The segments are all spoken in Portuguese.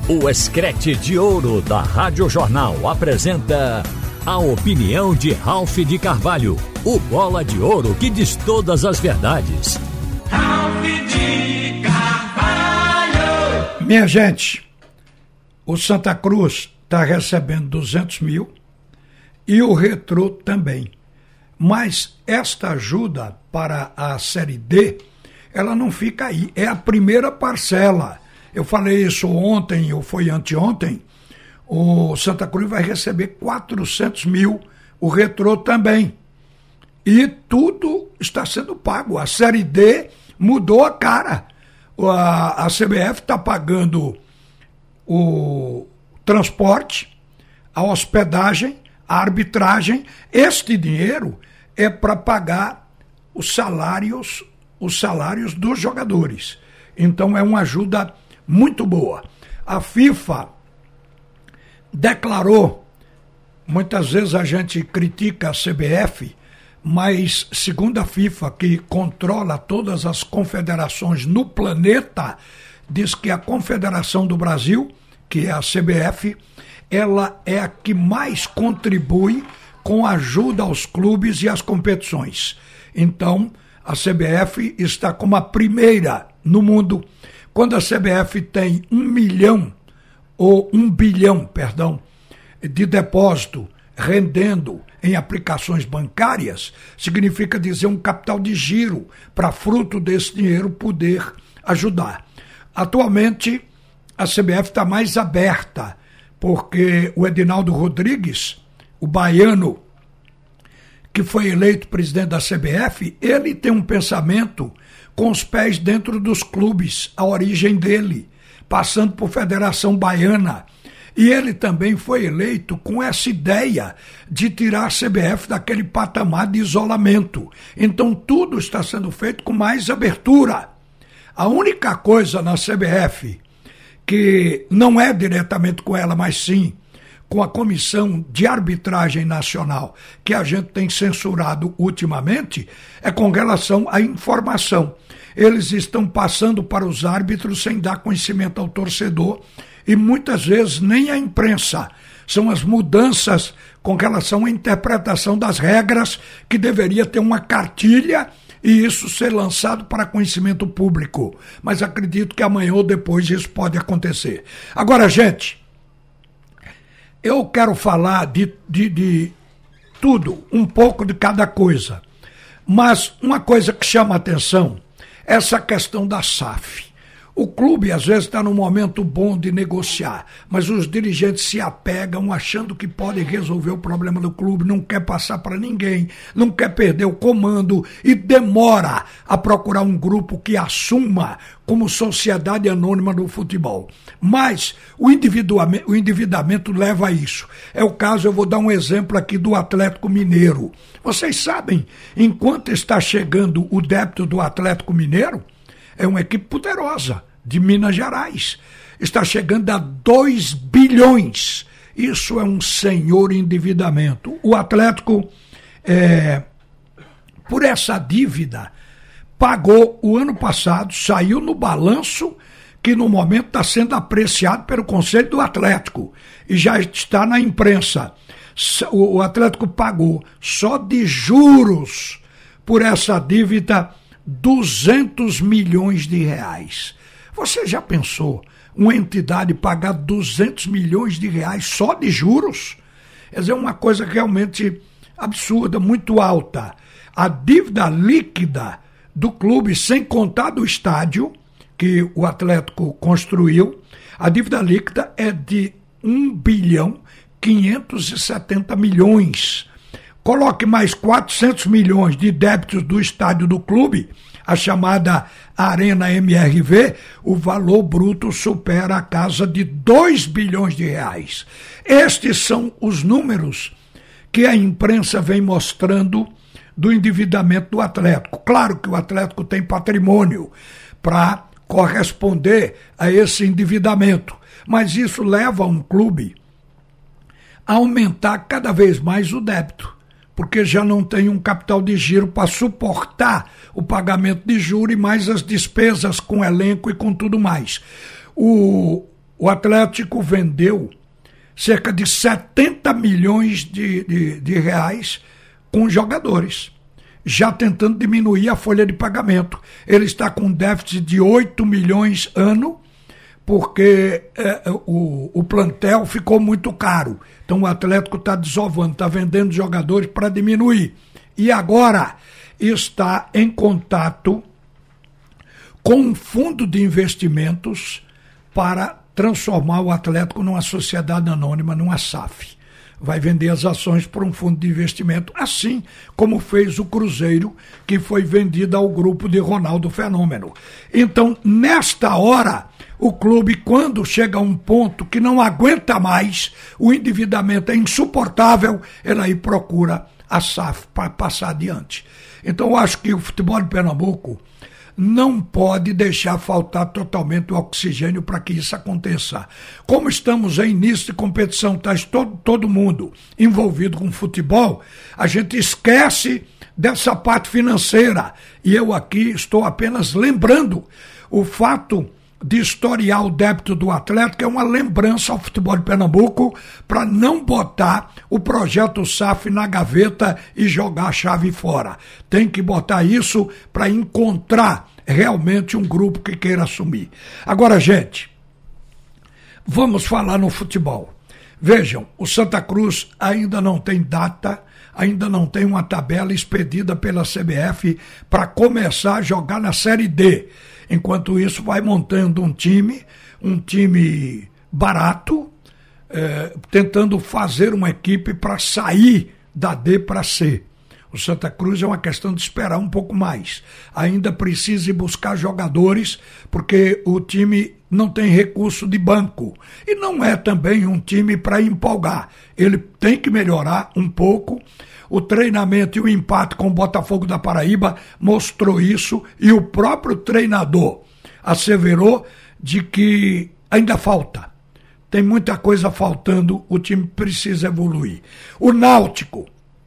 O Escrete de Ouro da Rádio Jornal apresenta a opinião de Ralph de Carvalho, o bola de ouro que diz todas as verdades. Ralph de Carvalho! Minha gente, o Santa Cruz está recebendo 200 mil e o Retrô também. Mas esta ajuda para a Série D, ela não fica aí, é a primeira parcela. Eu falei isso ontem, ou foi anteontem, o Santa Cruz vai receber 400 mil, o Retrô também. E tudo está sendo pago. A Série D mudou a cara. A CBF está pagando o transporte, a hospedagem, a arbitragem. Este dinheiro é para pagar os salários dos jogadores. Então é uma ajuda muito boa. A FIFA declarou, muitas vezes a gente critica a CBF, mas segundo a FIFA, que controla todas as confederações no planeta, diz que a Confederação do Brasil, que é a CBF, ela é a que mais contribui com ajuda aos clubes e às competições. Então, a CBF está como a primeira no mundo. Quando a CBF tem 1 bilhão, de depósito rendendo em aplicações bancárias, significa dizer um capital de giro para fruto desse dinheiro poder ajudar. Atualmente, a CBF está mais aberta, porque o Edinaldo Rodrigues, o baiano, que foi eleito presidente da CBF, ele tem um pensamento com os pés dentro dos clubes, a origem dele, passando por Federação Baiana. E ele também foi eleito com essa ideia de tirar a CBF daquele patamar de isolamento. Então tudo está sendo feito com mais abertura. A única coisa na CBF que não é diretamente com ela, mas sim com a Comissão de Arbitragem Nacional, que a gente tem censurado ultimamente, é com relação à informação. Eles estão passando para os árbitros sem dar conhecimento ao torcedor e muitas vezes nem a imprensa. São as mudanças com relação à interpretação das regras, que deveria ter uma cartilha e isso ser lançado para conhecimento público. Mas acredito que amanhã ou depois isso pode acontecer. Agora, gente, eu quero falar de tudo, um pouco de cada coisa. Mas uma coisa que chama a atenção é essa questão da SAF. O clube, às vezes, está num momento bom de negociar, mas os dirigentes se apegam achando que podem resolver o problema do clube, não quer passar para ninguém, não quer perder o comando e demora a procurar um grupo que assuma como sociedade anônima do futebol. Mas o endividamento leva a isso. É o caso, eu vou dar um exemplo aqui do Atlético Mineiro. Vocês sabem, enquanto está chegando o débito do Atlético Mineiro, é uma equipe poderosa de Minas Gerais. Está chegando a 2 bilhões. Isso é um senhor endividamento. O Atlético, por essa dívida, pagou o ano passado, saiu no balanço, que no momento está sendo apreciado pelo Conselho do Atlético e já está na imprensa. O Atlético pagou só de juros por essa dívida 200 milhões de reais. Você já pensou uma entidade pagar 200 milhões de reais só de juros? Quer dizer, uma coisa realmente absurda, muito alta. A dívida líquida do clube, sem contar do estádio que o Atlético construiu, a dívida líquida é de 1 bilhão 570 milhões. Coloque mais 400 milhões de débitos do estádio do clube, a chamada Arena MRV, o valor bruto supera a casa de 2 bilhões de reais. Estes são os números que a imprensa vem mostrando do endividamento do Atlético. Claro que o Atlético tem patrimônio para corresponder a esse endividamento, mas isso leva um clube a aumentar cada vez mais o débito, porque já não tem um capital de giro para suportar o pagamento de juros e mais as despesas com elenco e com tudo mais. O o Atlético vendeu cerca de 70 milhões de reais com jogadores, já tentando diminuir a folha de pagamento. Ele está com um déficit de 8 milhões ano, porque o plantel ficou muito caro. Então o Atlético está desovando, está vendendo jogadores para diminuir. E agora está em contato com um fundo de investimentos para transformar o Atlético numa sociedade anônima, numa SAF. Vai vender as ações para um fundo de investimento, assim como fez o Cruzeiro, que foi vendido ao grupo de Ronaldo Fenômeno. Então, nesta hora, o clube, quando chega a um ponto que não aguenta mais, o endividamento é insuportável, ele aí procura a SAF para passar adiante. Então, eu acho que o futebol de Pernambuco não pode deixar faltar totalmente o oxigênio para que isso aconteça. Como estamos em início de competição, está todo mundo envolvido com futebol, a gente esquece dessa parte financeira. E eu aqui estou apenas lembrando o fato de historiar o débito do Atlético, é uma lembrança ao futebol de Pernambuco para não botar o projeto SAF na gaveta e jogar a chave fora. Tem que botar isso para encontrar realmente um grupo que queira assumir. Agora, gente, vamos falar no futebol. Vejam, o Santa Cruz ainda não tem data, ainda não tem uma tabela expedida pela CBF para começar a jogar na Série D. Enquanto isso, vai montando um time barato, tentando fazer uma equipe para sair da D para C. O Santa Cruz é uma questão de esperar um pouco mais. Ainda precisa ir buscar jogadores, porque o time não tem recurso de banco. E não é também um time para empolgar. Ele tem que melhorar um pouco. O treinamento e o empate com o Botafogo da Paraíba mostrou isso, e o próprio treinador asseverou de que ainda falta. Tem muita coisa faltando, o time precisa evoluir. O Náutico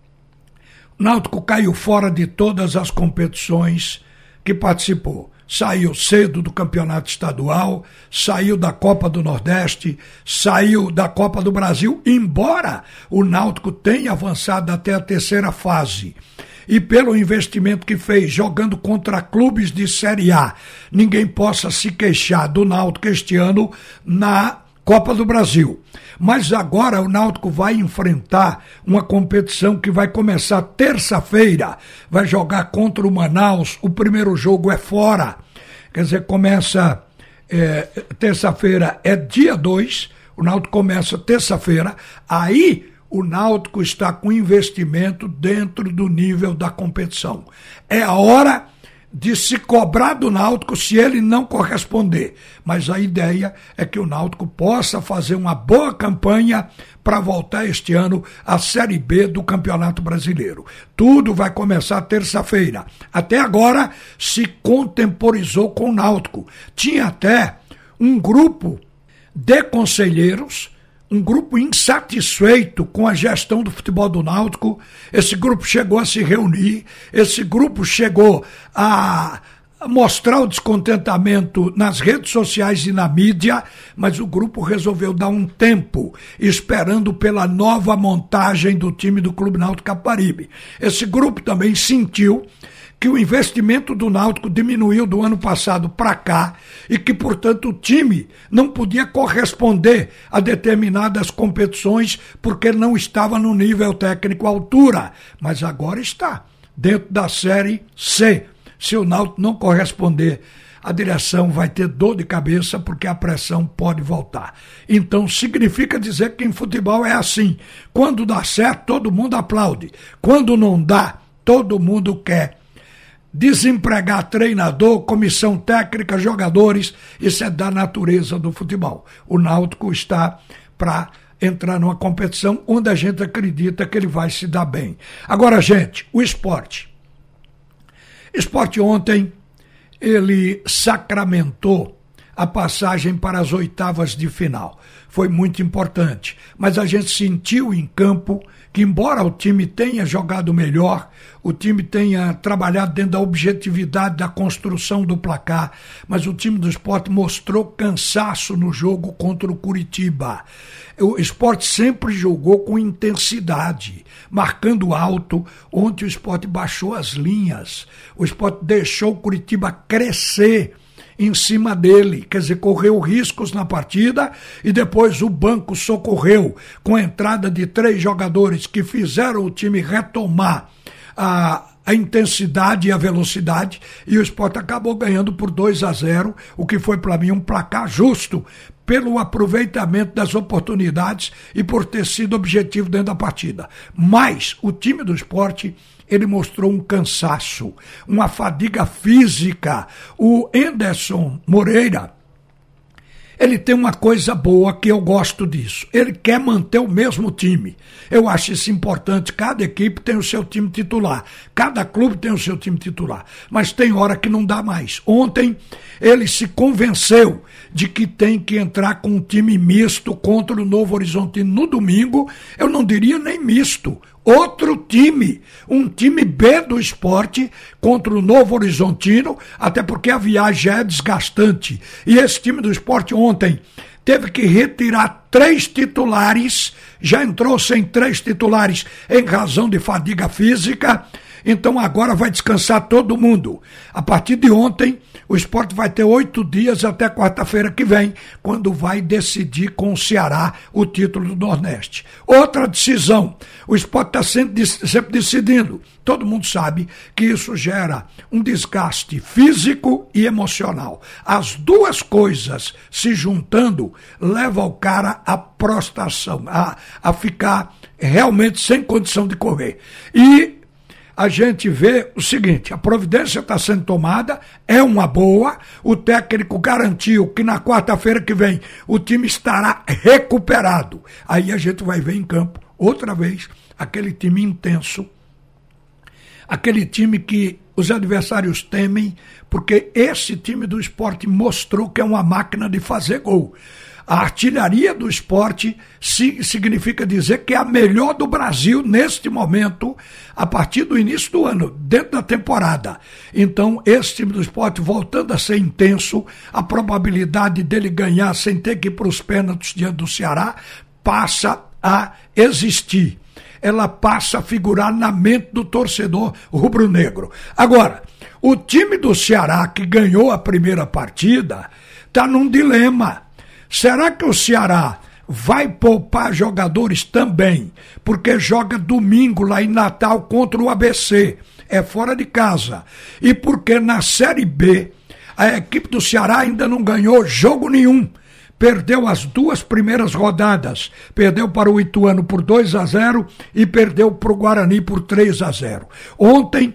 caiu fora de todas as competições que participou. Saiu cedo do campeonato estadual, saiu da Copa do Nordeste, saiu da Copa do Brasil, embora o Náutico tenha avançado até a terceira fase. E pelo investimento que fez, jogando contra clubes de Série A, ninguém possa se queixar do Náutico este ano na Copa do Brasil. Mas agora o Náutico vai enfrentar uma competição que vai começar terça-feira, vai jogar contra o Manaus, o primeiro jogo é fora, quer dizer, começa terça-feira, é dia 2, o Náutico começa terça-feira, aí o Náutico está com investimento dentro do nível da competição. É a hora de se cobrar do Náutico se ele não corresponder. Mas a ideia é que o Náutico possa fazer uma boa campanha para voltar este ano à Série B do Campeonato Brasileiro. Tudo vai começar terça-feira. Até agora se contemporizou com o Náutico. Tinha até um grupo de conselheiros, um grupo insatisfeito com a gestão do futebol do Náutico. Esse grupo chegou a se reunir, esse grupo chegou a mostrar o descontentamento nas redes sociais e na mídia, mas o grupo resolveu dar um tempo, esperando pela nova montagem do time do Clube Náutico Capibaribe. Esse grupo também sentiu que o investimento do Náutico diminuiu do ano passado para cá e que, portanto, o time não podia corresponder a determinadas competições porque não estava no nível técnico à altura. Mas agora está dentro da Série C. Se o Náutico não corresponder, a direção vai ter dor de cabeça porque a pressão pode voltar. Então significa dizer que em futebol é assim. Quando dá certo, todo mundo aplaude. Quando não dá, todo mundo quer desempregar treinador, comissão técnica, jogadores. Isso é da natureza do futebol. O Náutico está para entrar numa competição onde a gente acredita que ele vai se dar bem. Agora, gente, o esporte. Esporte ontem, ele sacramentou a passagem para as oitavas de final. Foi muito importante, mas a gente sentiu em campo que, embora o time tenha jogado melhor, o time tenha trabalhado dentro da objetividade da construção do placar, mas o time do Sport mostrou cansaço no jogo contra o Curitiba. O Sport sempre jogou com intensidade, marcando alto. Ontem o Sport baixou as linhas, o Sport deixou o Curitiba crescer em cima dele, quer dizer, correu riscos na partida e depois o banco socorreu com a entrada de 3 jogadores que fizeram o time retomar a intensidade e a velocidade, e o Sport acabou ganhando por 2-0, o que foi para mim um placar justo pelo aproveitamento das oportunidades e por ter sido objetivo dentro da partida. Mas o time do Sport, ele mostrou um cansaço, uma fadiga física. O Anderson Moreira, ele tem uma coisa boa que eu gosto disso. Ele quer manter o mesmo time. Eu acho isso importante. Cada equipe tem o seu time titular. Cada clube tem o seu time titular. Mas tem hora que não dá mais. Ontem ele se convenceu de que tem que entrar com um time misto contra o Novo Horizontino no domingo. Eu não diria nem misto. Outro time, um time B do Sport contra o Novo Horizontino, até porque a viagem é desgastante. E esse time do Sport ontem teve que retirar 3 titulares, já entrou sem 3 titulares em razão de fadiga física. Então agora vai descansar todo mundo. A partir de ontem, o Sport vai ter 8 dias até quarta-feira que vem, quando vai decidir com o Ceará o título do Nordeste. Outra decisão, o Sport está sempre decidindo. Todo mundo sabe que isso gera um desgaste físico e emocional. As duas coisas se juntando leva o cara à prostração, a ficar realmente sem condição de correr. E a gente vê o seguinte, a providência está sendo tomada, é uma boa, o técnico garantiu que na quarta-feira que vem o time estará recuperado. Aí a gente vai ver em campo, outra vez, aquele time intenso, aquele time que os adversários temem, porque esse time do Sport mostrou que é uma máquina de fazer gol. A artilharia do Sport significa dizer que é a melhor do Brasil neste momento, a partir do início do ano, dentro da temporada. Então, esse time do Sport voltando a ser intenso, a probabilidade dele ganhar sem ter que ir para os pênaltis diante do Ceará passa a existir. Ela passa a figurar na mente do torcedor rubro-negro. Agora, o time do Ceará, que ganhou a primeira partida, está num dilema. Será que o Ceará vai poupar jogadores também? Porque joga domingo lá em Natal contra o ABC. É fora de casa. E porque na Série B, a equipe do Ceará ainda não ganhou jogo nenhum. Perdeu as 2 primeiras rodadas. Perdeu para o Ituano por 2-0 e perdeu para o Guarani por 3-0. Ontem,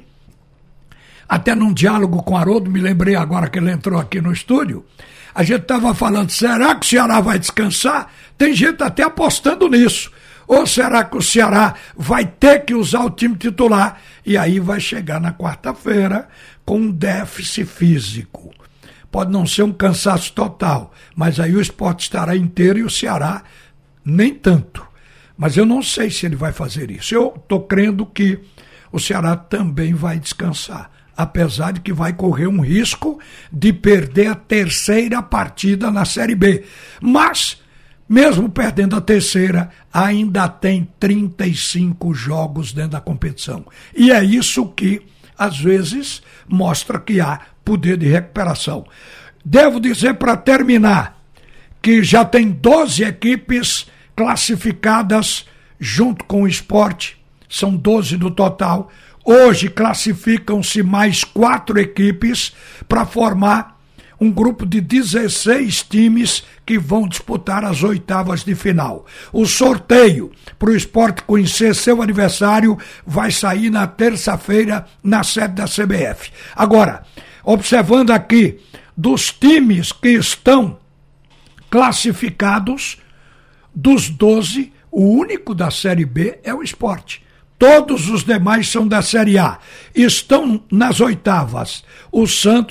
até num diálogo com o Haroldo, me lembrei agora que ele entrou aqui no estúdio, a gente estava falando, será que o Ceará vai descansar? Tem gente até apostando nisso. Ou será que o Ceará vai ter que usar o time titular? E aí vai chegar na quarta-feira com um déficit físico. Pode não ser um cansaço total, mas aí o Sport estará inteiro e o Ceará nem tanto. Mas eu não sei se ele vai fazer isso. Eu estou crendo que o Ceará também vai descansar, apesar de que vai correr um risco de perder a 3ª partida na Série B. Mas, mesmo perdendo a 3ª, ainda tem 35 jogos dentro da competição. E é isso que, às vezes, mostra que há poder de recuperação. Devo dizer, para terminar, que já tem 12 equipes classificadas junto com o Sport, são 12 no total. Hoje classificam-se mais 4 equipes para formar um grupo de 16 times que vão disputar as oitavas de final. O sorteio para o Sport conhecer seu adversário vai sair na terça-feira na sede da CBF. Agora, observando aqui, dos times que estão classificados, dos 12, o único da Série B é o Sport. Todos os demais são da Série A. Estão nas oitavas o Santos,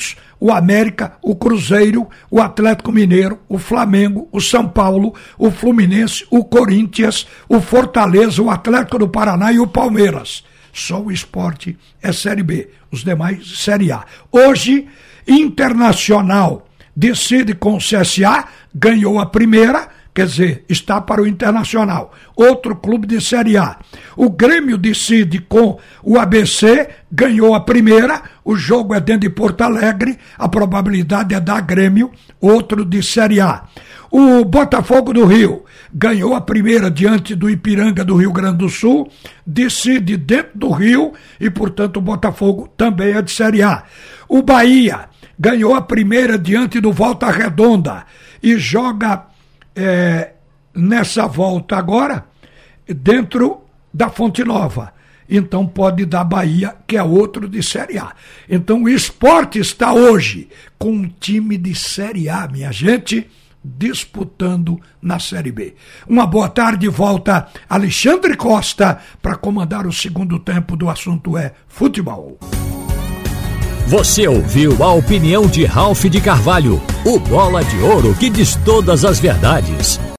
o América, o Cruzeiro, o Atlético Mineiro, o Flamengo, o São Paulo, o Fluminense, o Corinthians, o Fortaleza, o Atlético do Paraná e o Palmeiras. Só o Sport é Série B, os demais Série A. Hoje, Internacional decide com o CSA, ganhou a primeira, quer dizer, está para o Internacional. Outro clube de Série A. O Grêmio decide com o ABC, ganhou a primeira, o jogo é dentro de Porto Alegre, a probabilidade é dar Grêmio, outro de Série A. O Botafogo do Rio ganhou a primeira diante do Ipiranga do Rio Grande do Sul, decide dentro do Rio e, portanto, o Botafogo também é de Série A. O Bahia ganhou a primeira diante do Volta Redonda e joga nessa volta agora dentro da Fonte Nova. Então pode dar Bahia, que é outro de Série A. Então o Sport está hoje com um time de Série A, minha gente, disputando na Série B. Uma boa tarde, volta Alexandre Costa para comandar o segundo tempo do Assunto é Futebol. Você ouviu a opinião de Ralph de Carvalho, o bola de ouro que diz todas as verdades.